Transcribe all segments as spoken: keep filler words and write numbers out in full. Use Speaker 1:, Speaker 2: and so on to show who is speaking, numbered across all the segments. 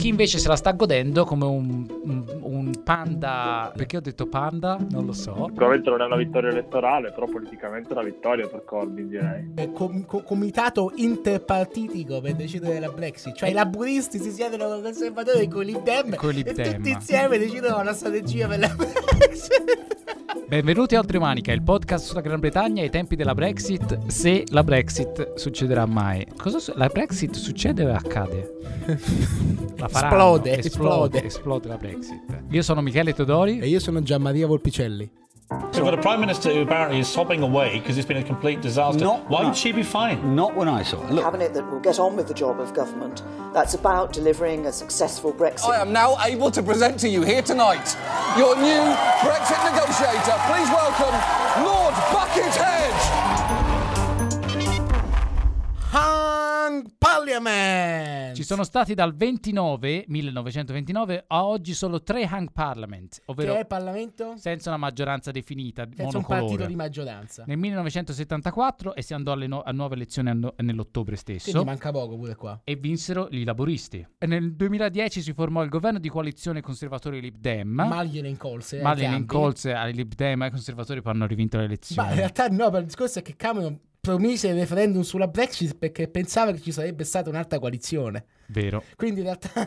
Speaker 1: chi invece se la sta godendo come un, un, un panda. Perché ho detto panda? Non lo so.
Speaker 2: Sicuramente non è una vittoria elettorale, però politicamente è una vittoria per Corbyn, direi.
Speaker 3: È com- com- comitato interpartitico per decidere la Brexit, cioè i laburisti si siedono con i conservatori e con i Lib Dem
Speaker 1: Con i Lib
Speaker 3: e
Speaker 1: Dem.
Speaker 3: tutti insieme decidono la strategia per la Brexit.
Speaker 1: Benvenuti a Oltremanica, il podcast sulla Gran Bretagna ai tempi della Brexit, se la Brexit succederà mai. Cosa su- la Brexit succede o accade? La faranno,
Speaker 3: Esplode,
Speaker 1: esplode,
Speaker 3: esplode.
Speaker 1: esplode la Brexit. Io sono Michele Teodori.
Speaker 3: E io sono Gianmaria Volpicelli.
Speaker 4: So we've got a Prime Minister who apparently is sobbing away because it's been a complete disaster.
Speaker 5: Not
Speaker 4: Why
Speaker 5: no.
Speaker 4: would she be fine?
Speaker 5: Not when I saw it. Look,
Speaker 6: Cabinet that will get on with the job of government. That's about delivering a successful Brexit.
Speaker 7: I am now able to present to you here tonight your new Brexit negotiator. Please welcome Lord Buckethead.
Speaker 3: Hung Parliament.
Speaker 1: Ci sono stati dal ventinove, millenovecentoventinove a oggi solo tre Hung Parliament, ovvero
Speaker 3: Che è Parlamento?
Speaker 1: senza una maggioranza definita,
Speaker 3: Senza un
Speaker 1: monocolore.
Speaker 3: partito di maggioranza.
Speaker 1: Nel millenovecentosettantaquattro e si andò alle no- a nuove elezioni a no- nell'ottobre stesso.
Speaker 3: Quindi manca poco pure qua.
Speaker 1: E vinsero i laburisti. E nel duemiladieci si formò il governo di coalizione conservatori Lib Dem.
Speaker 3: Ma gliene incolse.
Speaker 1: Ma
Speaker 3: ai
Speaker 1: le
Speaker 3: campi.
Speaker 1: incolse ai Lib Dem e ai conservatori poi hanno rivinto le elezioni.
Speaker 3: Ma in realtà no, per il discorso è che Cameron promise il referendum sulla Brexit perché pensava che ci sarebbe stata un'altra coalizione.
Speaker 1: Vero.
Speaker 3: Quindi in realtà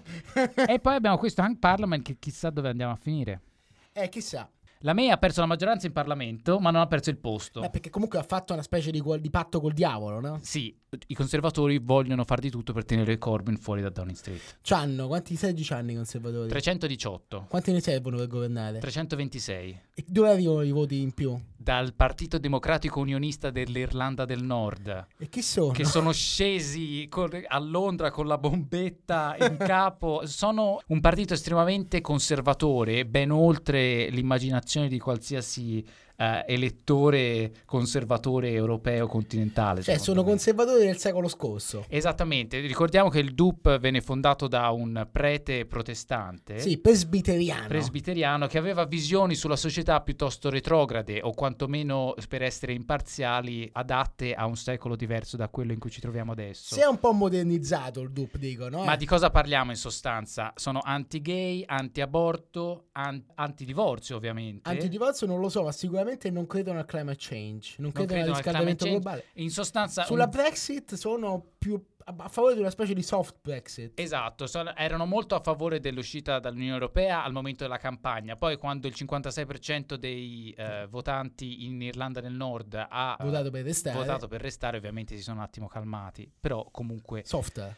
Speaker 1: E poi abbiamo questo Hung Parliament che chissà dove andiamo a finire.
Speaker 3: Eh, chissà.
Speaker 1: La May ha perso la maggioranza in Parlamento, ma non ha perso il posto.
Speaker 3: Beh, perché comunque ha fatto una specie di, di patto col diavolo, no?
Speaker 1: Sì, i conservatori vogliono far di tutto per tenere Corbyn fuori da Downing Street.
Speaker 3: C'hanno quanti seggi c'hanno i conservatori?
Speaker 1: trecentodiciotto.
Speaker 3: Quanti ne servono per governare?
Speaker 1: trecentoventisei.
Speaker 3: E dove arrivano i voti in più?
Speaker 1: Dal Partito Democratico Unionista dell'Irlanda del Nord.
Speaker 3: E chi sono?
Speaker 1: Che sono scesi con- a Londra con la bombetta in capo. Sono un partito estremamente conservatore, ben oltre l'immaginazione di qualsiasi eh, elettore conservatore europeo continentale.
Speaker 3: Cioè,
Speaker 1: secondo
Speaker 3: sono
Speaker 1: me.
Speaker 3: conservatori del secolo scorso.
Speaker 1: Esattamente, ricordiamo che il D U P venne fondato da un prete protestante.
Speaker 3: Sì, presbiteriano.
Speaker 1: Presbiteriano che aveva visioni sulla società piuttosto retrograde o quantomeno, per essere imparziali, adatte a un secolo diverso da quello in cui ci troviamo adesso.
Speaker 3: Si è un po' modernizzato il D U P, dicono. Eh?
Speaker 1: Ma di cosa parliamo in sostanza? Sono anti-gay, anti-aborto, an- anti-divorzio ovviamente.
Speaker 3: Antidivorzio non lo so, ma sicuramente non credono al climate change. Non
Speaker 1: Non
Speaker 3: credono al
Speaker 1: credono al
Speaker 3: riscaldamento
Speaker 1: climate
Speaker 3: globale.
Speaker 1: change. In sostanza
Speaker 3: Sulla
Speaker 1: un-
Speaker 3: Brexit sono più a a favore di una specie di soft Brexit.
Speaker 1: Esatto, sono- erano molto a favore dell'uscita dall'Unione Europea al momento della campagna. Poi quando il cinquantasei per cento dei eh, votanti in Irlanda del Nord ha
Speaker 3: Votato per restare.
Speaker 1: votato per restare, ovviamente si sono un attimo calmati. Però comunque
Speaker 3: Soft.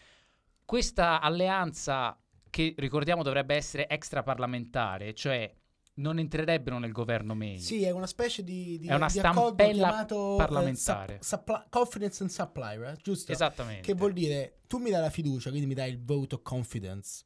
Speaker 1: questa alleanza, che ricordiamo dovrebbe essere extraparlamentare, cioè non entrerebbero nel governo May.
Speaker 3: Sì, è una specie di, di
Speaker 1: È una
Speaker 3: di accordo
Speaker 1: stampella
Speaker 3: chiamato,
Speaker 1: parlamentare.
Speaker 3: eh, sup- supply- confidence and supply, right? Giusto?
Speaker 1: Esattamente.
Speaker 3: Che vuol dire, tu mi dai la fiducia, quindi mi dai il vote of confidence.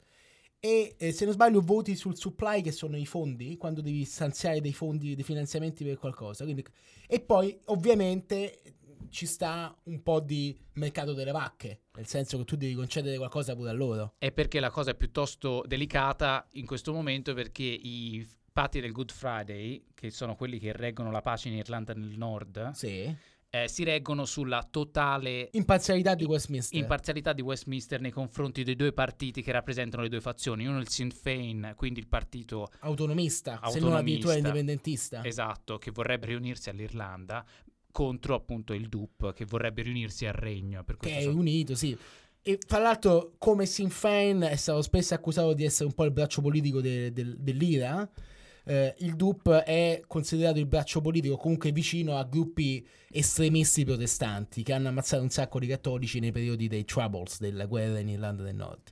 Speaker 3: E eh, se non sbaglio voti sul supply, che sono i fondi, quando devi stanziare dei fondi, dei finanziamenti per qualcosa. Quindi, e poi ovviamente ci sta un po' di mercato delle vacche, nel senso che tu devi concedere qualcosa pure a loro.
Speaker 1: È perché la cosa è piuttosto delicata in questo momento, perché i patti del Good Friday, che sono quelli che reggono la pace in Irlanda del Nord,
Speaker 3: Sì.
Speaker 1: eh, si reggono sulla totale
Speaker 3: Imparzialità di Westminster.
Speaker 1: imparzialità di Westminster nei confronti dei due partiti che rappresentano le due fazioni. Uno il Sinn Féin, quindi il partito
Speaker 3: autonomista, se non
Speaker 1: autonomista,
Speaker 3: addirittura indipendentista.
Speaker 1: esatto, che vorrebbe riunirsi all'Irlanda, contro appunto il D U P che vorrebbe riunirsi al Regno. Per
Speaker 3: Che
Speaker 1: questo
Speaker 3: è
Speaker 1: sono-
Speaker 3: unito, sì. E tra l'altro, come Sinn Féin è stato spesso accusato di essere un po' il braccio politico de- del- dell'Ira, eh, il D U P è considerato il braccio politico comunque vicino a gruppi estremisti protestanti che hanno ammazzato un sacco di cattolici nei periodi dei Troubles, della guerra in Irlanda del Nord.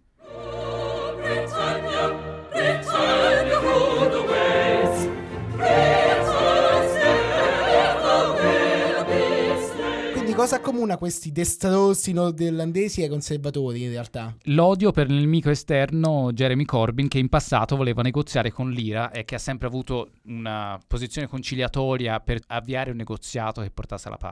Speaker 8: Britannia, Britannia rule the waves. Britain's never will be slain.
Speaker 3: Quindi cosa accomuna questi destrorsi nordirlandesi ai conservatori in realtà?
Speaker 1: L'odio per il nemico esterno Jeremy Corbyn, che in passato voleva negoziare con l'Ira e che ha sempre avuto una posizione conciliatoria per avviare un negoziato che portasse alla pace.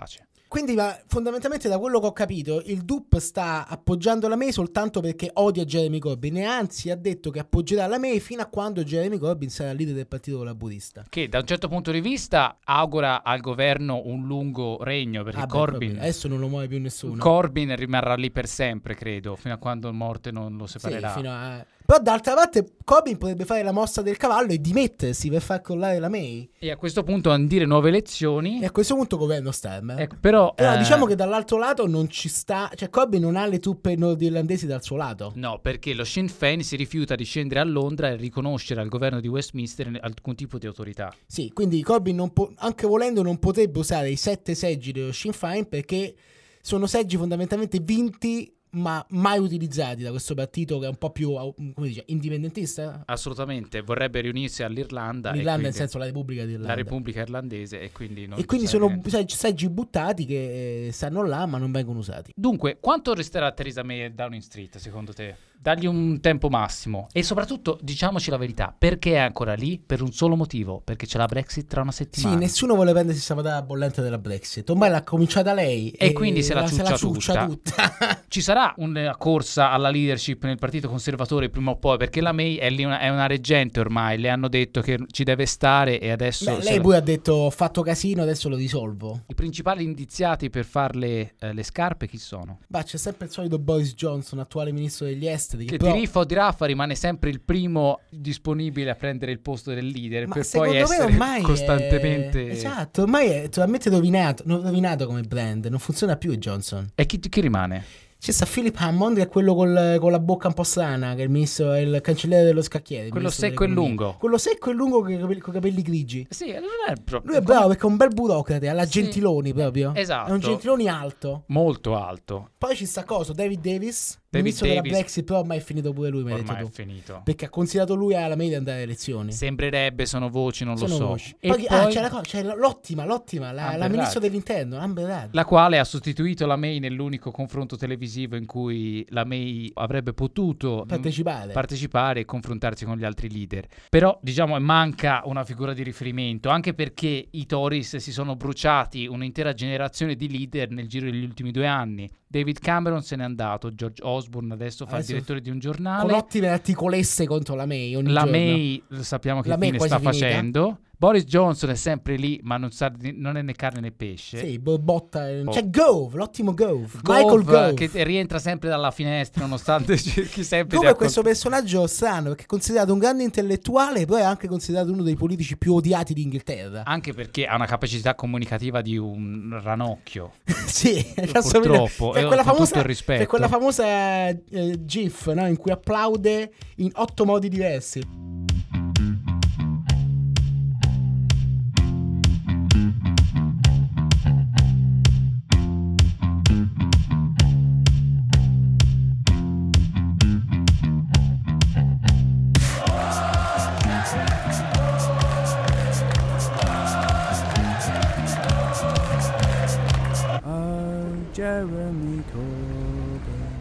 Speaker 3: Quindi, ma fondamentalmente, da quello che ho capito, il D U P sta appoggiando la May soltanto perché odia Jeremy Corbyn, e anzi ha detto che appoggerà la May fino a quando Jeremy Corbyn sarà leader del Partito Laburista.
Speaker 1: Che da un certo punto di vista augura al governo un lungo regno, perché
Speaker 3: Ah, beh,
Speaker 1: Corbyn,
Speaker 3: adesso non lo muove più nessuno.
Speaker 1: Corbyn rimarrà lì per sempre, credo, fino a quando la morte non lo
Speaker 3: Sì,
Speaker 1: separerà.
Speaker 3: fino a... Però d'altra parte Corbyn potrebbe fare la mossa del cavallo e dimettersi per far crollare la May.
Speaker 1: E a questo punto andire nuove elezioni.
Speaker 3: E a questo punto governo Starmer.
Speaker 1: Ecco, però
Speaker 3: Però
Speaker 1: eh,
Speaker 3: diciamo che dall'altro lato non ci sta, cioè Corbyn non ha le truppe nordirlandesi dal suo lato.
Speaker 1: no, perché lo Sinn Féin si rifiuta di scendere a Londra e riconoscere al governo di Westminster alcun tipo di autorità.
Speaker 3: Sì, quindi Corbyn non può, anche volendo non potrebbe usare i sette seggi dello Sinn Féin perché sono seggi fondamentalmente vinti ma mai utilizzati da questo partito che è un po' più, come dice, indipendentista.
Speaker 1: Assolutamente, vorrebbe riunirsi all'Irlanda.
Speaker 3: L'Irlanda,
Speaker 1: e quindi-
Speaker 3: nel senso la Repubblica d'Irlanda.
Speaker 1: la Repubblica Irlandese, e quindi non
Speaker 3: E quindi
Speaker 1: ci
Speaker 3: sono
Speaker 1: serve niente.
Speaker 3: seg- seggi buttati che eh, stanno là ma non vengono usati.
Speaker 1: Dunque, quanto resterà Theresa May a Downing Street, secondo te? Dagli un tempo massimo. E soprattutto, diciamoci la verità, perché è ancora lì? Per un solo motivo, perché c'è la Brexit tra una
Speaker 3: Sì,
Speaker 1: settimana.
Speaker 3: nessuno vuole prendersi questa patata bollente della Brexit. Ormai l'ha cominciata lei
Speaker 1: E quindi se la ciuccia
Speaker 3: ciuccia
Speaker 1: tutta. Ci sarà una corsa alla leadership nel Partito Conservatore prima o poi, perché la May è, lì una, è una reggente ormai, le hanno detto che ci deve stare e adesso...
Speaker 3: Beh,
Speaker 1: se
Speaker 3: lei
Speaker 1: la-
Speaker 3: pure ha detto ho fatto casino, adesso lo risolvo.
Speaker 1: I principali indiziati per farle eh, le scarpe chi sono?
Speaker 3: Ma c'è sempre il solito Boris Johnson, attuale ministro degli esteri, che,
Speaker 1: Che
Speaker 3: però-
Speaker 1: di riffa o di raffa rimane sempre il primo disponibile a prendere il posto del leader,
Speaker 3: ma
Speaker 1: per
Speaker 3: secondo
Speaker 1: poi
Speaker 3: me
Speaker 1: essere
Speaker 3: ormai
Speaker 1: costantemente...
Speaker 3: è... esatto, ormai è totalmente rovinato, non- rovinato come brand, non funziona più il Johnson.
Speaker 1: E chi, chi rimane?
Speaker 3: C'è sta Philip Hammond che è quello col- con la bocca un po' strana, che è il ministro, è il cancelliere dello scacchiere, il
Speaker 1: Quello
Speaker 3: ministro
Speaker 1: secco e
Speaker 3: dell'economia.
Speaker 1: lungo.
Speaker 3: Quello secco e lungo con i capelli, con i capelli grigi.
Speaker 1: Sì, non è proprio...
Speaker 3: Lui è bravo perché è un bel burocrate, alla
Speaker 1: Sì.
Speaker 3: Gentiloni proprio.
Speaker 1: Esatto.
Speaker 3: È un Gentiloni alto.
Speaker 1: Molto alto.
Speaker 3: Poi ci sta cosa? David Davis,
Speaker 1: David
Speaker 3: ministro
Speaker 1: Davis.
Speaker 3: della Brexit, però ormai è finito pure lui, mi hai
Speaker 1: Ormai
Speaker 3: detto
Speaker 1: è
Speaker 3: tu.
Speaker 1: finito.
Speaker 3: Perché ha considerato lui alla media di andare alle elezioni.
Speaker 1: Sembrerebbe, sono voci, non
Speaker 3: Sono
Speaker 1: lo so.
Speaker 3: voci.
Speaker 1: E
Speaker 3: Poi,
Speaker 1: poi,
Speaker 3: ah, c'è, la, co- c'è l'ottima, l'ottima, la,
Speaker 1: Amber
Speaker 3: la ministro
Speaker 1: Rudd.
Speaker 3: dell'interno, Amber Rudd.
Speaker 1: la quale ha sostituito la May nell'unico confronto televisivo in cui la May avrebbe potuto
Speaker 3: Partecipare.
Speaker 1: partecipare e confrontarsi con gli altri leader. Però, diciamo, manca una figura di riferimento, anche perché i Tories si sono bruciati un'intera generazione di leader nel giro degli ultimi due anni. David Cameron se n'è andato, George Osborne adesso fa
Speaker 3: Adesso-
Speaker 1: il direttore di un
Speaker 3: Con
Speaker 1: giornale.
Speaker 3: ottime articolesse contro la May ogni
Speaker 1: La
Speaker 3: giorno.
Speaker 1: May sappiamo che
Speaker 3: La May
Speaker 1: fine
Speaker 3: è
Speaker 1: sta
Speaker 3: quasi finita.
Speaker 1: facendo. Boris Johnson è sempre lì, ma non, sa, non è né carne né pesce.
Speaker 3: Sì, bo- botta.
Speaker 1: Oh.
Speaker 3: C'è Gove, l'ottimo Gove.
Speaker 1: Gove,
Speaker 3: Michael Gove.
Speaker 1: che rientra sempre dalla finestra nonostante cerchi sempre
Speaker 3: Gove
Speaker 1: di
Speaker 3: è questo personaggio strano perché è considerato un grande intellettuale, poi è anche considerato uno dei politici più odiati d'Inghilterra.
Speaker 1: anche perché ha una capacità comunicativa di un ranocchio.
Speaker 3: Sì,
Speaker 1: Purtroppo,
Speaker 3: c'è
Speaker 1: e
Speaker 3: quella
Speaker 1: con
Speaker 3: famosa,
Speaker 1: tutto il rispetto.
Speaker 3: c'è quella famosa eh, gif, no, in cui applaude in otto modi diversi.
Speaker 5: Jeremy Corbyn.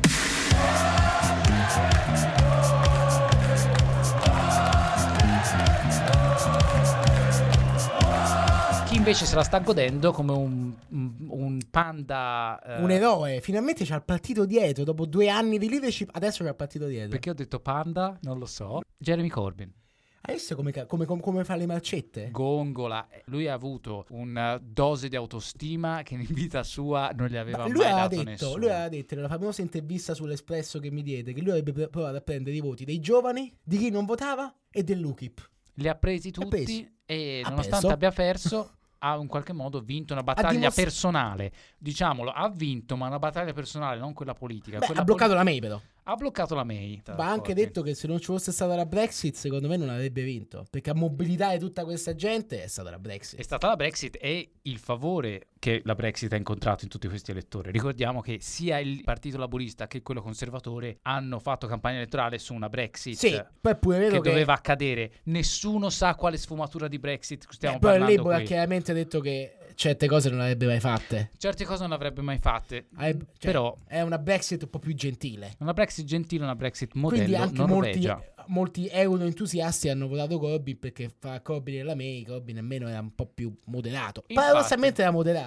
Speaker 1: Chi invece se la sta godendo come un, un, un panda. eh,
Speaker 3: Un eroe, finalmente c'ha il partito dietro, dopo due anni di leadership, adesso c'ha il partito dietro.
Speaker 1: Perché ho detto panda? Non lo so. Jeremy Corbyn.
Speaker 3: Adesso come, ca- come, come, come fa le marcette?
Speaker 1: Gongola. Lui ha avuto una dose di autostima che in vita sua non gli aveva
Speaker 3: Ma
Speaker 1: mai
Speaker 3: lui aveva
Speaker 1: dato
Speaker 3: detto,
Speaker 1: nessuno.
Speaker 3: lui aveva detto nella famosa intervista sull'Espresso che mi diede che lui avrebbe pre- provato a prendere i voti dei giovani, di chi non votava e dell'U K I P.
Speaker 1: Li ha presi tutti
Speaker 3: presi.
Speaker 1: e
Speaker 3: Ha
Speaker 1: nonostante
Speaker 3: perso.
Speaker 1: abbia perso ha in qualche modo vinto una battaglia
Speaker 3: dimostra-
Speaker 1: personale. Diciamolo, ha vinto, ma una battaglia personale, non quella politica.
Speaker 3: Beh,
Speaker 1: Quella
Speaker 3: ha bloccato
Speaker 1: poli-
Speaker 3: la May però.
Speaker 1: ha bloccato la May.
Speaker 3: Ma ha anche detto che se non ci fosse stata la Brexit, secondo me non avrebbe vinto. Perché a mobilitare tutta questa gente è stata la Brexit.
Speaker 1: È stata la Brexit e il favore che la Brexit ha incontrato in tutti questi elettori. Ricordiamo che sia il Partito Laburista che quello conservatore hanno fatto campagna elettorale su una Brexit
Speaker 3: Sì, poi è pure vero
Speaker 1: che,
Speaker 3: che,
Speaker 1: doveva accadere. Nessuno sa quale sfumatura di Brexit stiamo
Speaker 3: eh, però il
Speaker 1: parlando
Speaker 3: Labour ha
Speaker 1: qui.
Speaker 3: chiaramente detto che certe cose non avrebbe mai fatte.
Speaker 1: Certe cose non avrebbe mai fatte.
Speaker 3: Avrebbe- cioè,
Speaker 1: Però
Speaker 3: è una Brexit un po' più gentile.
Speaker 1: una Brexit gentile, una Brexit
Speaker 3: Quindi
Speaker 1: modello
Speaker 3: anche molti,
Speaker 1: Norvegia.
Speaker 3: molti euro-entusiasti hanno votato Corbyn perché fa Corbyn e la May, Corbyn almeno era un po' più moderato.
Speaker 1: Infatti.
Speaker 3: Paradossalmente era moderato.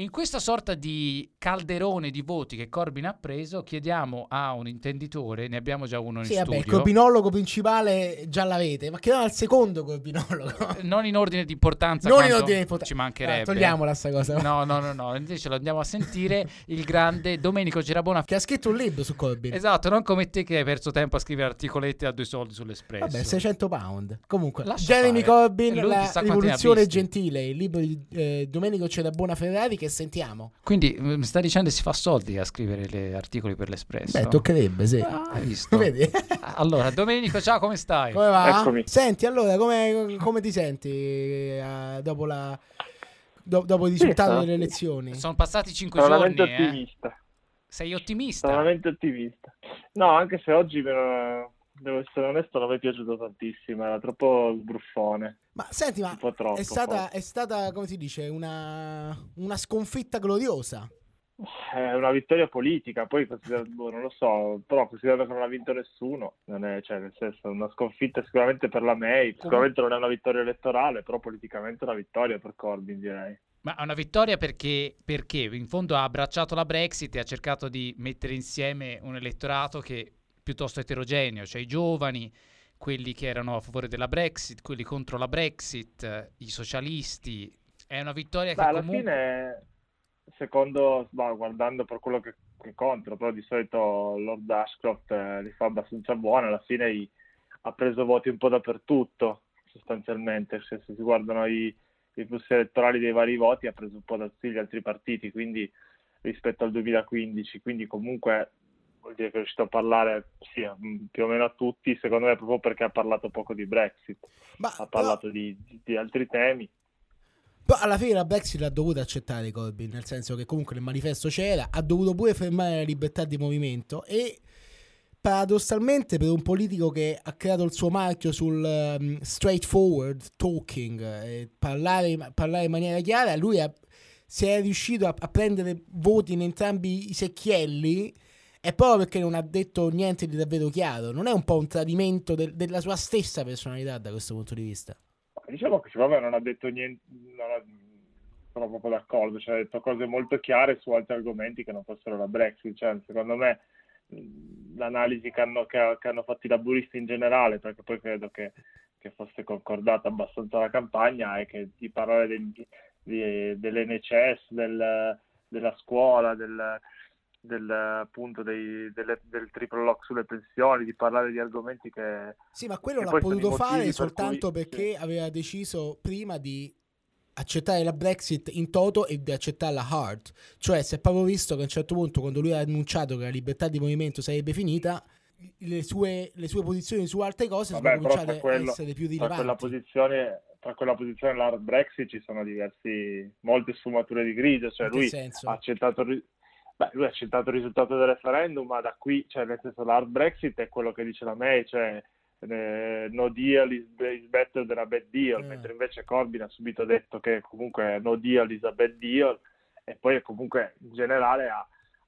Speaker 1: In questa sorta di calderone di voti che Corbyn ha preso, chiediamo a un intenditore, ne abbiamo già uno in
Speaker 3: Sì, vabbè, il
Speaker 1: studio,
Speaker 3: corbinologo principale già l'avete, ma chiediamo al secondo corbinologo.
Speaker 1: non in ordine di importanza,
Speaker 3: Non in
Speaker 1: quanto
Speaker 3: ordine di importanza.
Speaker 1: ci mancherebbe.
Speaker 3: Ah, togliamola sta cosa.
Speaker 1: No, no, no, no, invece lo andiamo a sentire il grande Domenico Girabona,
Speaker 3: Che ha scritto un libro su Corbyn.
Speaker 1: esatto, non come te che hai perso tempo a scrivere articoletti a due soldi sull'Espresso.
Speaker 3: Vabbè, seicento pound. Comunque,
Speaker 1: Lascia
Speaker 3: Jeremy
Speaker 1: fare.
Speaker 3: Corbyn,
Speaker 1: Lui
Speaker 3: la
Speaker 1: chissà quanti ne ha
Speaker 3: rivoluzione
Speaker 1: visti.
Speaker 3: gentile, il libro di eh, Domenico Cerabona Ferrari che sentiamo.
Speaker 1: Quindi m- mi sta dicendo che si fa soldi a scrivere le articoli per l'Espresso?
Speaker 3: Beh, toccherebbe, sì.
Speaker 1: Ah, hai visto?
Speaker 3: Vedi?
Speaker 1: Allora, Domenico, ciao, come stai?
Speaker 3: Come va?
Speaker 2: Eccomi.
Speaker 3: Senti, allora, come, come ti senti eh, dopo, la, do- dopo il risultato
Speaker 2: sono-
Speaker 3: delle elezioni?
Speaker 1: Sono passati cinque
Speaker 2: Sono
Speaker 1: giorni,
Speaker 2: veramente
Speaker 1: eh?
Speaker 2: ottimista.
Speaker 1: Sei
Speaker 2: Sono
Speaker 1: ottimista?
Speaker 2: veramente ottimista. No, anche se oggi però, devo essere onesto, non mi è piaciuto tantissimo, era troppo sbruffone.
Speaker 3: Ma senti, ma
Speaker 2: Un po' troppo,
Speaker 3: è stata,
Speaker 2: forse.
Speaker 3: è stata, come si dice, una, una sconfitta gloriosa.
Speaker 2: È una vittoria politica, poi considerato, boh, non lo so, però considerato che non ha vinto nessuno, non è, cioè, nel senso, una sconfitta sicuramente per la May, sicuramente non è una vittoria elettorale, però politicamente è una vittoria per Corbyn, direi.
Speaker 1: Ma è una vittoria perché, perché in fondo ha abbracciato la Brexit e ha cercato di mettere insieme un elettorato che è piuttosto eterogeneo, cioè i giovani, quelli che erano a favore della Brexit, quelli contro la Brexit, eh, i socialisti. È una vittoria
Speaker 2: Beh,
Speaker 1: che
Speaker 2: alla
Speaker 1: comunque...
Speaker 2: fine, secondo, bah, guardando per quello che, che contro, però di solito Lord Ashcroft eh, li fa abbastanza buoni, alla fine i- ha preso voti un po' dappertutto, sostanzialmente, se, se si guardano i, i flussi elettorali dei vari voti ha preso un po' da tutti gli altri partiti, quindi rispetto al duemilaquindici, quindi comunque vuol dire che è riuscito a parlare sì, mh, più o meno a tutti, secondo me proprio perché ha parlato poco di Brexit,
Speaker 3: Ma
Speaker 2: ha
Speaker 3: però-
Speaker 2: parlato di, di altri temi.
Speaker 3: Però alla fine la Brexit l'ha dovuta accettare Corbyn, nel senso che comunque nel manifesto c'era, ha dovuto pure fermare la libertà di movimento e paradossalmente per un politico che ha creato il suo marchio sul um, straightforward talking, eh, parlare, parlare in maniera chiara, lui ha, si è riuscito a, a prendere voti in entrambi i secchielli è proprio perché non ha detto niente di davvero chiaro. Non è un po' un tradimento del- della sua stessa personalità da questo punto di vista?
Speaker 2: Diciamo che vabbè, non ha detto niente, non ha, sono proprio d'accordo, cioè ha detto cose molto chiare su altri argomenti che non fossero la Brexit, cioè secondo me mh, l'analisi che hanno, che, ha- che hanno fatto i laburisti in generale, perché poi credo che, che fosse concordata abbastanza la campagna, è che di parlare del, di- dell'N H S, del, della scuola, del, del appunto dei, delle- del triple lock sulle pensioni, di parlare di argomenti che
Speaker 3: Sì, ma quello
Speaker 2: che
Speaker 3: l'ha
Speaker 2: poi sono i
Speaker 3: potuto
Speaker 2: motivi
Speaker 3: fare
Speaker 2: per
Speaker 3: soltanto
Speaker 2: cui-
Speaker 3: perché aveva deciso prima di accettare la Brexit in toto e di accettarla hard. Cioè, si è proprio visto che a un certo punto, quando lui ha annunciato che la libertà di movimento sarebbe finita, le sue, le sue posizioni su altre cose
Speaker 2: Vabbè,
Speaker 3: sono
Speaker 2: però
Speaker 3: cominciate
Speaker 2: tra, quello,
Speaker 3: a essere più
Speaker 2: tra quella
Speaker 3: rilevanti.
Speaker 2: posizione tra quella posizione e l'hard Brexit ci sono diversi molte sfumature di grigio, cioè
Speaker 3: In che
Speaker 2: lui
Speaker 3: senso?
Speaker 2: ha accettato il ri- beh, lui ha accettato il risultato del referendum, ma da qui, cioè nel senso l'hard Brexit è quello che dice la May, cioè eh, no deal is, is better than a bad deal,
Speaker 3: Eh.
Speaker 2: mentre invece Corbyn ha subito detto che comunque no deal is a bad deal, e poi comunque in generale ha,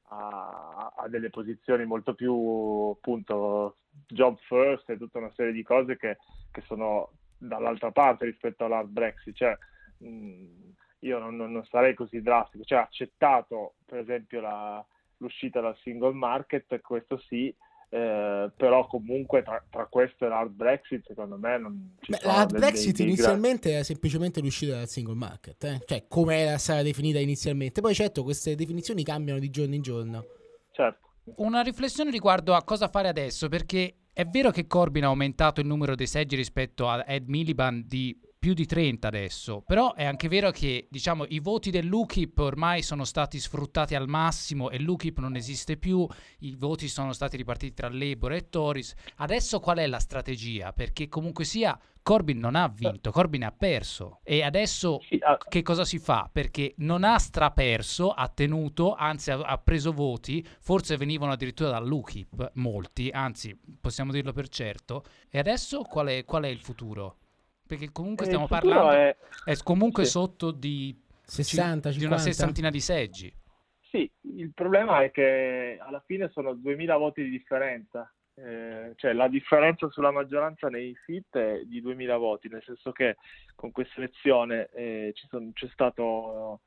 Speaker 2: ha, ha delle posizioni molto più appunto job first e tutta una serie di cose che, che sono dall'altra parte rispetto all'hard Brexit, cioè mh, io non, non- non sarei così drastico, cioè ha accettato per esempio la, l'uscita dal single market, questo sì, eh, però comunque tra, tra questo e l'hard Brexit secondo me non ci
Speaker 3: Beh,
Speaker 2: sono
Speaker 3: la hard
Speaker 2: dei-
Speaker 3: Brexit
Speaker 2: dei- dei
Speaker 3: inizialmente era semplicemente l'uscita dal single market, eh? Cioè come era stata definita inizialmente. Poi certo queste definizioni cambiano di giorno in giorno.
Speaker 2: gra- certo.
Speaker 1: Una riflessione riguardo a cosa fare adesso, perché è vero che Corbyn ha aumentato il numero dei seggi rispetto a Ed Miliband di più di trenta adesso, però è anche vero che diciamo i voti dell'UKIP ormai sono stati sfruttati al massimo e l'UKIP non esiste più, i voti sono stati ripartiti tra Labour e Tories. Adesso qual è la strategia? Perché comunque sia Corbyn non ha vinto, Corbyn ha perso e adesso
Speaker 2: Sì, ah,
Speaker 1: che cosa si fa? Perché non ha straperso, ha tenuto, anzi ha, ha preso voti, forse venivano addirittura dall'UKIP, molti, anzi possiamo dirlo per certo. E adesso qual è, qual è il futuro? Perché comunque
Speaker 2: eh,
Speaker 1: stiamo
Speaker 2: il futuro
Speaker 1: parlando,
Speaker 2: è-
Speaker 1: è comunque
Speaker 2: sì.
Speaker 1: sotto di,
Speaker 3: sessanta,
Speaker 1: di una
Speaker 3: cinquanta?
Speaker 1: sessantina di seggi.
Speaker 2: Sì, il problema è che alla fine sono duemila voti di differenza, eh, cioè la differenza sulla maggioranza nei S I T è di duemila voti, nel senso che con questa elezione eh, ci son- c'è stato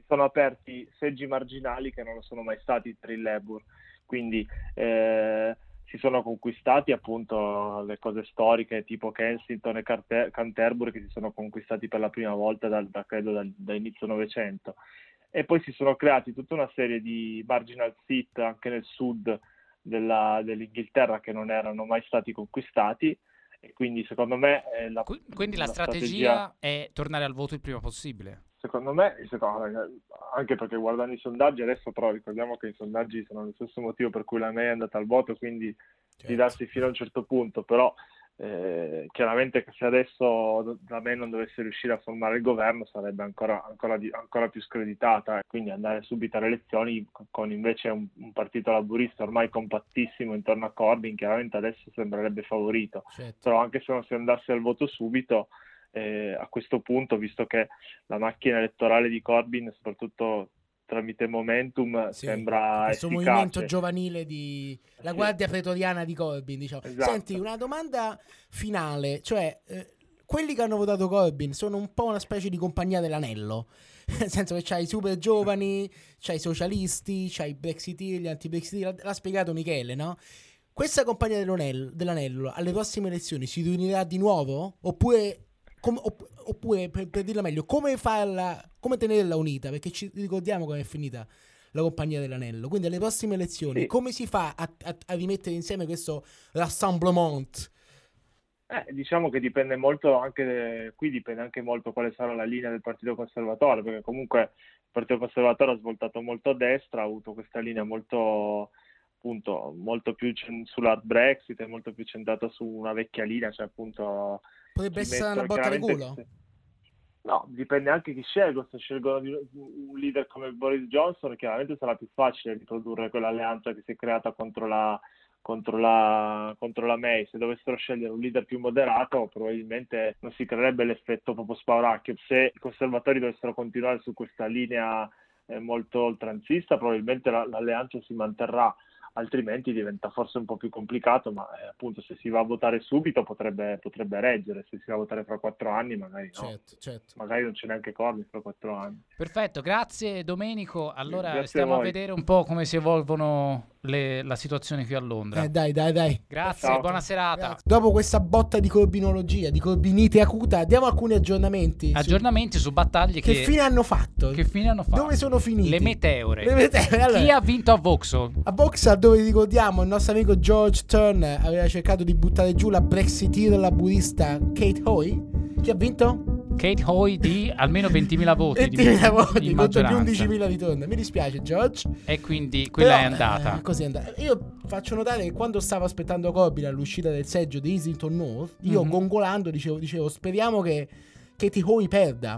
Speaker 2: sono aperti seggi marginali che non lo sono mai stati per il Labour, quindi eh, si sono conquistati appunto le cose storiche tipo Kensington e Carte- Canterbury, che si sono conquistati per la prima volta da, da credo da, da inizio Novecento, e poi si sono creati tutta una serie di marginal seat anche nel sud della, dell'Inghilterra che non erano mai stati conquistati, e quindi secondo me eh, la,
Speaker 1: Quindi la,
Speaker 2: la
Speaker 1: strategia,
Speaker 2: strategia
Speaker 1: è tornare al voto il prima possibile.
Speaker 2: Secondo me, secondo me, anche perché guardando i sondaggi adesso, però ricordiamo che i sondaggi sono lo stesso motivo per cui la May è andata al voto, quindi
Speaker 3: Certo.
Speaker 2: di darsi fino a un certo punto, però eh, chiaramente che se adesso la May non dovesse riuscire a formare il governo sarebbe ancora, ancora, di, ancora più screditata, eh. Quindi andare subito alle elezioni con invece un, un partito laburista ormai compattissimo intorno a Corbyn, chiaramente adesso sembrerebbe favorito,
Speaker 3: Certo.
Speaker 2: però anche se non si andasse al voto subito, Eh, a questo punto, visto che la macchina elettorale di Corbyn, soprattutto tramite Momentum,
Speaker 3: Sì,
Speaker 2: sembra
Speaker 3: questo
Speaker 2: efficace.
Speaker 3: movimento giovanile di la
Speaker 2: Sì.
Speaker 3: guardia pretoriana di Corbyn, diciamo.
Speaker 2: Esatto.
Speaker 3: Senti, una domanda finale, cioè eh, quelli che hanno votato Corbyn sono un po' una specie di compagnia dell'anello, nel senso che c'hai i super giovani, c'hai i socialisti, c'hai i brexiteer, gli anti-brexiteer, l'ha spiegato Michele, no? Questa compagnia dell'anello, dell'anello alle prossime elezioni si riunirà di nuovo? Oppure Com- opp- oppure per, per dirla meglio, come farla, come tenerla unita? Perché ci ricordiamo come è finita la compagnia dell'anello. Quindi alle prossime elezioni,
Speaker 2: Sì.
Speaker 3: come si fa a, a- a rimettere insieme questo rassemblement?
Speaker 2: Eh, diciamo che dipende molto anche, qui dipende anche molto quale sarà la linea del Partito Conservatore, perché comunque il Partito Conservatore ha svoltato molto a destra, ha avuto questa linea molto, appunto, molto più cen- sull'hard Brexit e molto più centrata su una vecchia linea, cioè appunto
Speaker 3: Potrebbe
Speaker 2: ci
Speaker 3: essere una
Speaker 2: mettono
Speaker 3: botta di
Speaker 2: chiaramente-
Speaker 3: culo?
Speaker 2: No, dipende anche chi scelgono. Se scelgono di- un leader come Boris Johnson, chiaramente sarà più facile riprodurre quell'alleanza che si è creata contro la, contro la, contro la May. Se dovessero scegliere un leader più moderato, probabilmente non si creerebbe l'effetto proprio spauracchio. Se i conservatori dovessero continuare su questa linea eh, molto oltranzista, probabilmente la- l'alleanza si manterrà. Altrimenti diventa forse un po' più complicato, ma eh, appunto se si va a votare subito potrebbe, potrebbe reggere, se si va a votare fra quattro anni magari no,
Speaker 3: Certo, certo.
Speaker 2: magari non c'è neanche Corbyn fra quattro anni.
Speaker 1: Perfetto, grazie Domenico. Allora
Speaker 2: Grazie
Speaker 1: stiamo
Speaker 2: a
Speaker 1: a,
Speaker 2: voi.
Speaker 1: vedere un po' come si evolvono le- la situazione qui a Londra.
Speaker 3: Eh, dai, dai, dai.
Speaker 1: Grazie,
Speaker 2: Ciao.
Speaker 1: buona serata.
Speaker 3: Grazie. Dopo questa botta di corbinologia, di corbinite acuta, diamo alcuni aggiornamenti. su-
Speaker 1: Aggiornamenti su battaglie
Speaker 3: Che,
Speaker 1: che,
Speaker 3: fine hanno fatto?
Speaker 1: che fine hanno fatto?
Speaker 3: Dove sono finiti?
Speaker 1: Le meteore.
Speaker 3: Le meteore, allora.
Speaker 1: Chi ha vinto a Vauxhall?
Speaker 3: A Vauxhall, dove ricordiamo il nostro amico George Turner aveva cercato di buttare giù la brexiteer laburista Kate Hoy. Chi ha vinto?
Speaker 1: Kate Hoy di almeno ventimila voti di-
Speaker 3: ventimila voti
Speaker 1: in
Speaker 3: contro gli
Speaker 1: maggioranza.
Speaker 3: undicimila di Turner. Mi dispiace, George.
Speaker 1: E quindi quella
Speaker 3: Però,
Speaker 1: è andata.
Speaker 3: eh, così è andata. Io faccio notare che quando stavo aspettando Corbyn all'uscita del seggio di Islington North, io
Speaker 1: Mhm.
Speaker 3: gongolando dicevo, dicevo speriamo che Katie Hoy perda.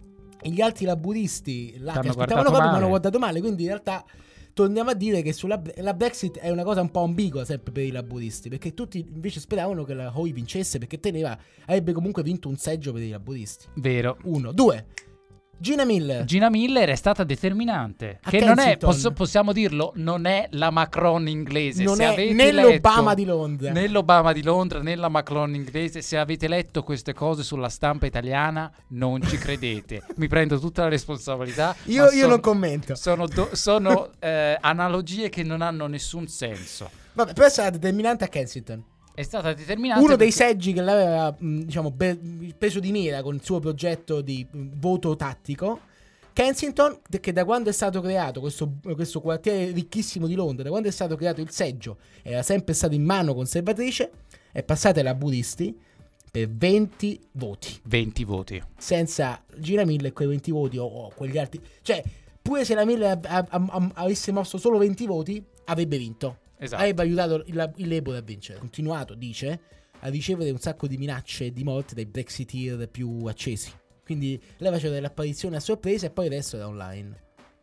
Speaker 3: E gli altri laburisti là
Speaker 1: T'hanno
Speaker 3: che aspettavano
Speaker 1: guardato
Speaker 3: Corbyn mi
Speaker 1: male.
Speaker 3: hanno guardato male. Quindi in realtà torniamo a dire che sulla la Brexit è una cosa un po' ambigua sempre per i laburisti, perché tutti invece speravano che la Hoy vincesse, perché teneva, avrebbe comunque vinto un seggio per i laburisti.
Speaker 1: Vero.
Speaker 3: Uno, due. Gina Miller.
Speaker 1: Gina Miller è stata determinante.
Speaker 3: A
Speaker 1: Che non è,
Speaker 3: Kensington.
Speaker 1: posso- possiamo dirlo, non è la Macron inglese.
Speaker 3: Non
Speaker 1: Se
Speaker 3: è
Speaker 1: avete
Speaker 3: né
Speaker 1: letto-
Speaker 3: l'Obama di Londra.
Speaker 1: Né l'Obama di Londra, né la Macron inglese. Se avete letto queste cose sulla stampa italiana, non ci credete. Mi prendo tutta la responsabilità.
Speaker 3: Io,
Speaker 1: ma
Speaker 3: io
Speaker 1: sono-
Speaker 3: non commento.
Speaker 1: Sono, do- sono eh, analogie che non hanno nessun senso.
Speaker 3: Vabbè, però sarà determinante a Kensington.
Speaker 1: È stata determinante.
Speaker 3: Uno dei
Speaker 1: perché-
Speaker 3: seggi che l'aveva mh, diciamo be- preso di mira con il suo progetto di mh, voto tattico. Kensington, de- che da quando è stato creato questo, questo quartiere ricchissimo di Londra, da quando è stato creato il seggio, era sempre stato in mano conservatrice, è passata ai laburisti per venti voti.
Speaker 1: venti voti.
Speaker 3: Senza Gina Miller quei venti voti o, o quegli altri. Cioè, pure se la Miller a- a- a- avesse mosso solo venti voti, avrebbe vinto.
Speaker 1: Esatto.
Speaker 3: Avrebbe aiutato il, il Labour a vincere. Continuato, dice, a ricevere un sacco di minacce di morte dai brexiteer più accesi. Quindi lei faceva delle apparizioni a sorpresa e poi adesso era online.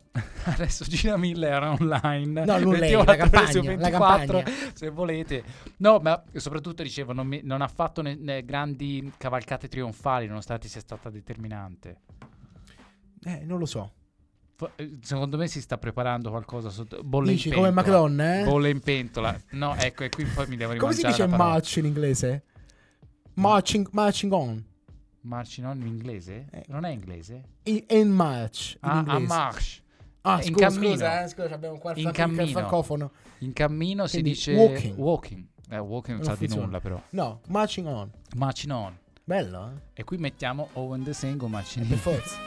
Speaker 1: Adesso Gina Miller era online.
Speaker 3: No, non lei,
Speaker 1: ventiquattro
Speaker 3: la campagna,
Speaker 1: su
Speaker 3: la
Speaker 1: ventiquattro,
Speaker 3: campagna.
Speaker 1: se volete. No, ma soprattutto dicevo, non, mi- non ha fatto ne- ne grandi cavalcate trionfali, nonostante sia stata determinante.
Speaker 3: Eh, non lo so.
Speaker 1: Fo- eh, Secondo me si sta preparando qualcosa sotto bolle
Speaker 3: Dici
Speaker 1: in
Speaker 3: come
Speaker 1: pentola.
Speaker 3: Macron, eh?
Speaker 1: Bolle in pentola. No, ecco, e qui poi mi devo
Speaker 3: Come si
Speaker 1: rimangiare
Speaker 3: dice
Speaker 1: la parola.
Speaker 3: march in inglese? Marching, marching on.
Speaker 1: Marching on in inglese?
Speaker 3: Eh.
Speaker 1: Non è inglese?
Speaker 3: In, in march, in
Speaker 1: Ah, a
Speaker 3: inglese.
Speaker 1: march.
Speaker 3: Ah,
Speaker 1: in
Speaker 3: scusa,
Speaker 1: cammino.
Speaker 3: scusa, eh, scusa, abbiamo qua il
Speaker 1: In
Speaker 3: fan- il
Speaker 1: cammino.
Speaker 3: francofono.
Speaker 1: In cammino si
Speaker 3: Quindi
Speaker 1: dice
Speaker 3: walking.
Speaker 1: walking. Eh, walking non
Speaker 3: Non
Speaker 1: sa di
Speaker 3: funziona.
Speaker 1: nulla però.
Speaker 3: No, marching on.
Speaker 1: Marching on.
Speaker 3: Bello, eh?
Speaker 1: E qui mettiamo Owen the Single marching
Speaker 3: Per
Speaker 1: in.
Speaker 3: forza.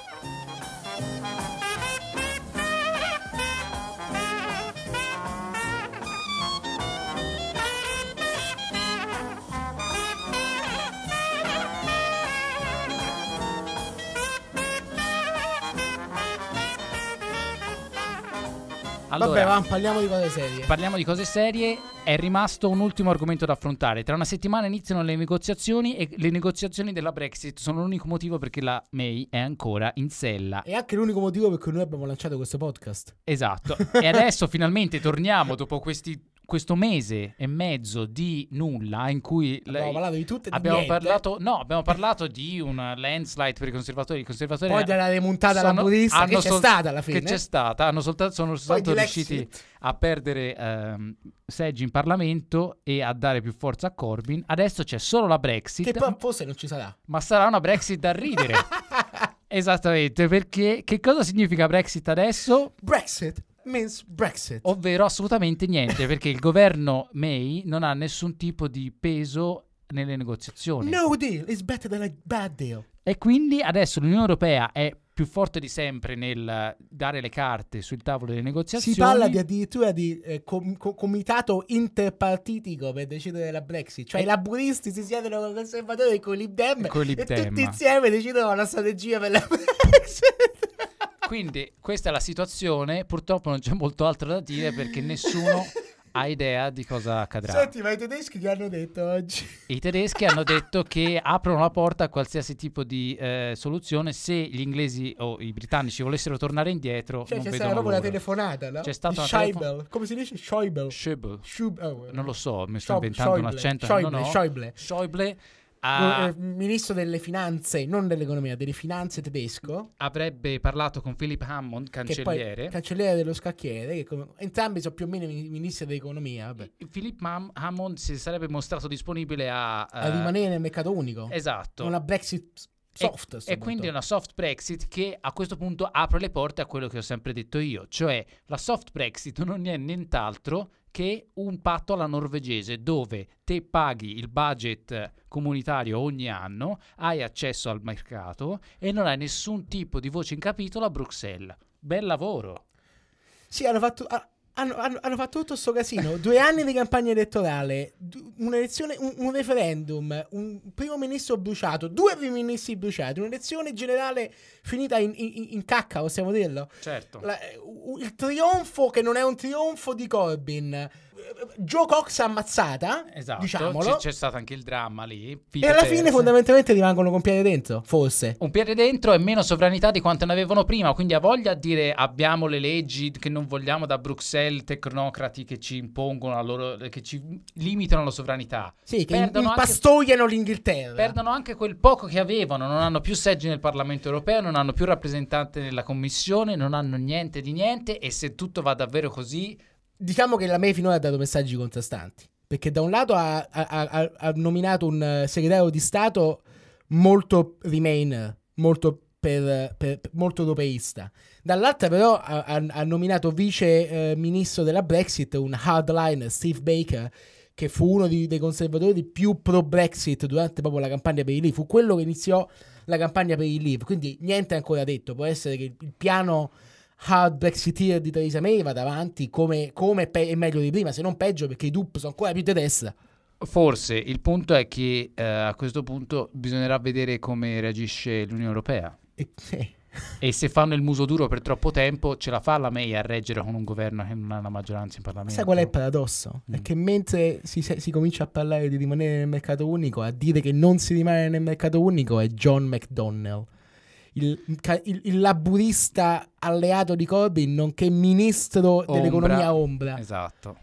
Speaker 1: Allora,
Speaker 3: Vabbè, va, parliamo di cose serie.
Speaker 1: parliamo di cose serie. È rimasto un ultimo argomento da affrontare. Tra una settimana iniziano le negoziazioni e le negoziazioni della Brexit sono l'unico motivo perché la May è ancora in sella.
Speaker 3: È anche l'unico motivo per cui noi abbiamo lanciato questo podcast.
Speaker 1: Esatto. E adesso finalmente torniamo dopo questi, questo mese e mezzo di nulla in cui
Speaker 3: Abbiamo
Speaker 1: lei-
Speaker 3: parlato di tutto e di
Speaker 1: abbiamo
Speaker 3: niente.
Speaker 1: parlato no, abbiamo parlato di una landslide per i conservatori. I conservatori
Speaker 3: Poi della remontata alla
Speaker 1: sono-
Speaker 3: budista che
Speaker 1: hanno
Speaker 3: c'è
Speaker 1: sol-
Speaker 3: stata alla fine.
Speaker 1: Che c'è stata, hanno soltanto, sono soltanto
Speaker 3: di
Speaker 1: riusciti
Speaker 3: Lexit.
Speaker 1: a perdere ehm, seggi in Parlamento e a dare più forza a Corbyn. Adesso c'è solo la Brexit,
Speaker 3: Che poi forse non ci sarà.
Speaker 1: ma sarà una Brexit da ridere. Esattamente, perché che cosa significa Brexit adesso?
Speaker 3: Brexit means Brexit.
Speaker 1: Ovvero assolutamente niente, perché il governo May non ha nessun tipo di peso nelle negoziazioni.
Speaker 3: No deal is better than a bad deal.
Speaker 1: E quindi adesso l'Unione Europea è più forte di sempre nel dare le carte sul tavolo delle negoziazioni.
Speaker 3: Si parla di addirittura di eh, com- co- comitato interpartitico per decidere la Brexit. Cioè
Speaker 1: E-
Speaker 3: i laburisti si siedono con i conservatori e con i Lib Dem
Speaker 1: Coi Lib
Speaker 3: e
Speaker 1: Dem.
Speaker 3: tutti insieme decidono la strategia per la Brexit.
Speaker 1: Quindi questa è la situazione. Purtroppo non c'è molto altro da dire perché nessuno ha idea di cosa accadrà.
Speaker 3: Senti, ma i tedeschi che hanno detto oggi?
Speaker 1: I tedeschi hanno detto che aprono la porta a qualsiasi tipo di eh, soluzione se gli inglesi o i britannici volessero tornare indietro.
Speaker 3: Cioè
Speaker 1: non
Speaker 3: c'è
Speaker 1: vedono
Speaker 3: stata proprio una
Speaker 1: l'ora.
Speaker 3: telefonata, no?
Speaker 1: C'è stata
Speaker 3: Di
Speaker 1: una
Speaker 3: Schäuble.
Speaker 1: telefon-
Speaker 3: Come si dice? Schäuble.
Speaker 1: Schäuble.
Speaker 3: Schub- oh,
Speaker 1: Non lo so, mi sto
Speaker 3: Schäuble,
Speaker 1: inventando un
Speaker 3: Schäuble,
Speaker 1: accento.
Speaker 3: Schäuble,
Speaker 1: no, no.
Speaker 3: Schäuble.
Speaker 1: Schäuble ha-
Speaker 3: Eh, ministro delle finanze, non dell'economia, delle finanze tedesco.
Speaker 1: avrebbe parlato con Philip Hammond,
Speaker 3: Che
Speaker 1: cancelliere.
Speaker 3: poi cancelliere dello scacchiere, che come- entrambi sono più o meno i ministri dell'economia, vabbè.
Speaker 1: Philip Ham- Hammond si sarebbe mostrato disponibile a,
Speaker 3: A
Speaker 1: eh,
Speaker 3: rimanere nel mercato unico.
Speaker 1: Esatto.
Speaker 3: Una Brexit soft. a
Speaker 1: E,
Speaker 3: sto
Speaker 1: e quindi
Speaker 3: punto.
Speaker 1: una soft Brexit che a questo punto apre le porte a quello che ho sempre detto io, cioè la soft Brexit non è nient'altro che un patto alla norvegese dove te paghi il budget comunitario ogni anno, hai accesso al mercato e non hai nessun tipo di voce in capitolo a Bruxelles. Bel lavoro.
Speaker 3: Sì, hanno fatto, ah, hanno, hanno- hanno fatto tutto sto casino. Due anni di campagna elettorale, du- un'elezione, un, un referendum, un primo ministro bruciato, due primi ministri bruciati, un'elezione generale finita in, in- in cacca, possiamo dirlo.
Speaker 1: Certo.
Speaker 3: La- u- il trionfo che non è un trionfo di Corbyn. Joe Cox ammazzata,
Speaker 1: Esatto,
Speaker 3: diciamolo.
Speaker 1: c'è, c'è stato anche il dramma lì.
Speaker 3: E
Speaker 1: vite
Speaker 3: alla
Speaker 1: perse.
Speaker 3: fine fondamentalmente rimangono con piede dentro, forse.
Speaker 1: Un piede dentro e meno sovranità di quanto ne avevano prima, quindi ha voglia a dire abbiamo le leggi che non vogliamo da Bruxelles, tecnocrati che ci impongono la loro, che ci limitano la sovranità.
Speaker 3: Sì, che
Speaker 1: Perdono anche-
Speaker 3: impastoiano l'Inghilterra.
Speaker 1: Perdono anche quel poco che avevano, non hanno più seggi nel Parlamento europeo, non hanno più rappresentante nella Commissione, non hanno niente di niente e se tutto va davvero così...
Speaker 3: Diciamo che la May finora ha dato messaggi contrastanti. Perché da un lato ha, ha- ha- ha nominato un eh, segretario di Stato molto Remainer, molto, per, per- per- molto europeista. Dall'altra però ha, ha- ha nominato vice eh, ministro della Brexit un hardliner, Steve Baker, che fu uno di- dei conservatori più pro-Brexit durante proprio la campagna per il Leave. Fu quello che iniziò la campagna per il Leave. Quindi niente è ancora detto. Può essere che il piano hard Brexiteer di Theresa May vada avanti come, come pe- è meglio di prima, se non peggio, perché i D U P sono ancora più di destra.
Speaker 1: Forse il punto è che eh, a questo punto bisognerà vedere come reagisce l'Unione Europea.
Speaker 3: E, sì.
Speaker 1: E se fanno il muso duro per troppo tempo, ce la fa la May a reggere con un governo che non ha una maggioranza in Parlamento?
Speaker 3: Sai qual è il paradosso?
Speaker 1: Mm.
Speaker 3: È che mentre si, si comincia a parlare di rimanere nel mercato unico, a dire che non si rimane nel mercato unico è John McDonnell, il, il, il laburista alleato di Corbyn, nonché ministro
Speaker 1: Ombra.
Speaker 3: dell'economia ombra.
Speaker 1: Esatto.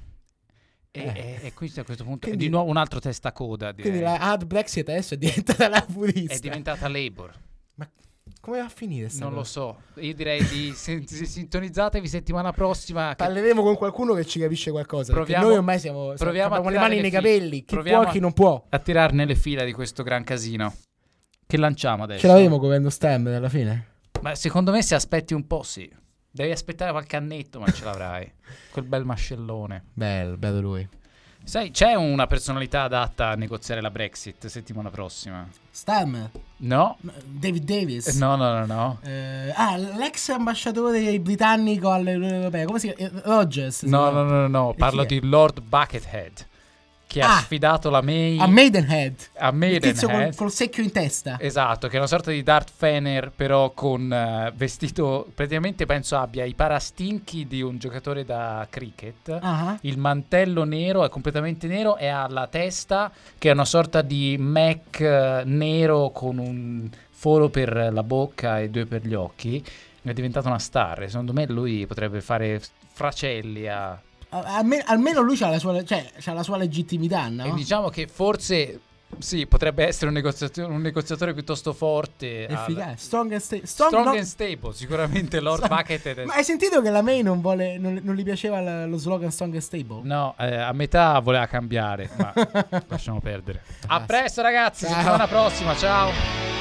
Speaker 1: E,
Speaker 3: Eh.
Speaker 1: e- e quindi a questo punto
Speaker 3: Quindi-
Speaker 1: è di nuovo un altro testacoda, direi.
Speaker 3: Quindi la hard Brexit adesso è diventata laburista.
Speaker 1: È diventata Labour.
Speaker 3: Ma come va a finire sta
Speaker 1: Non lo
Speaker 3: cosa?
Speaker 1: so. Io direi di sen- sintonizzatevi settimana prossima. Che
Speaker 3: Parleremo con qualcuno che ci capisce qualcosa.
Speaker 1: Proviamo-
Speaker 3: perché noi ormai siamo,
Speaker 1: proviamo a
Speaker 3: abbiamo le
Speaker 1: tirare
Speaker 3: mani
Speaker 1: le
Speaker 3: nei
Speaker 1: fila.
Speaker 3: capelli. Chi
Speaker 1: Proviamo
Speaker 3: può,
Speaker 1: a-
Speaker 3: chi non può.
Speaker 1: a tirarne le fila di questo gran casino. Che lanciamo adesso?
Speaker 3: Ce l'avevo come Stem alla fine?
Speaker 1: Ma secondo me se aspetti un po' sì. Devi aspettare qualche annetto, ma ce l'avrai. Quel bel mascellone.
Speaker 3: Bello, bello lui.
Speaker 1: Sai, c'è una personalità adatta a negoziare la Brexit settimana prossima?
Speaker 3: Stem?
Speaker 1: No?
Speaker 3: David Davis?
Speaker 1: No, no, no, no.
Speaker 3: Eh, ah, l'ex ambasciatore britannico all'Unione Europea, come si chiama? Rogers?
Speaker 1: No, no, no, no, no. Parlo di Lord Buckethead, che
Speaker 3: Ah,
Speaker 1: ha sfidato la May
Speaker 3: a Maidenhead.
Speaker 1: a
Speaker 3: Il tizio
Speaker 1: Maidenhead.
Speaker 3: col, col secchio in testa.
Speaker 1: Esatto, che è una sorta di Darth Fener, però con eh, vestito, praticamente penso abbia i parastinchi di un giocatore da cricket,
Speaker 3: Ah.
Speaker 1: il mantello nero, è completamente nero, e ha la testa che è una sorta di Mac eh, nero con un foro per la bocca e due per gli occhi. È diventato una star, secondo me lui potrebbe fare fracelli a...
Speaker 3: Almeno, almeno lui c'ha la sua, cioè, c'ha la sua legittimità, no?
Speaker 1: E diciamo che forse sì, potrebbe essere un negoziatore, un negoziatore piuttosto forte.
Speaker 3: Efficace.
Speaker 1: al-
Speaker 3: Strong and, sta- strong,
Speaker 1: Strong
Speaker 3: no-
Speaker 1: and stable, sicuramente Lord Buckethead.
Speaker 3: Ma hai sentito che la May non, vuole, non, non gli piaceva la- lo slogan Strong and Stable?
Speaker 1: No, eh, a metà voleva cambiare, ma lasciamo perdere. A presto ragazzi,
Speaker 3: Ciao.
Speaker 1: settimana prossima, ciao.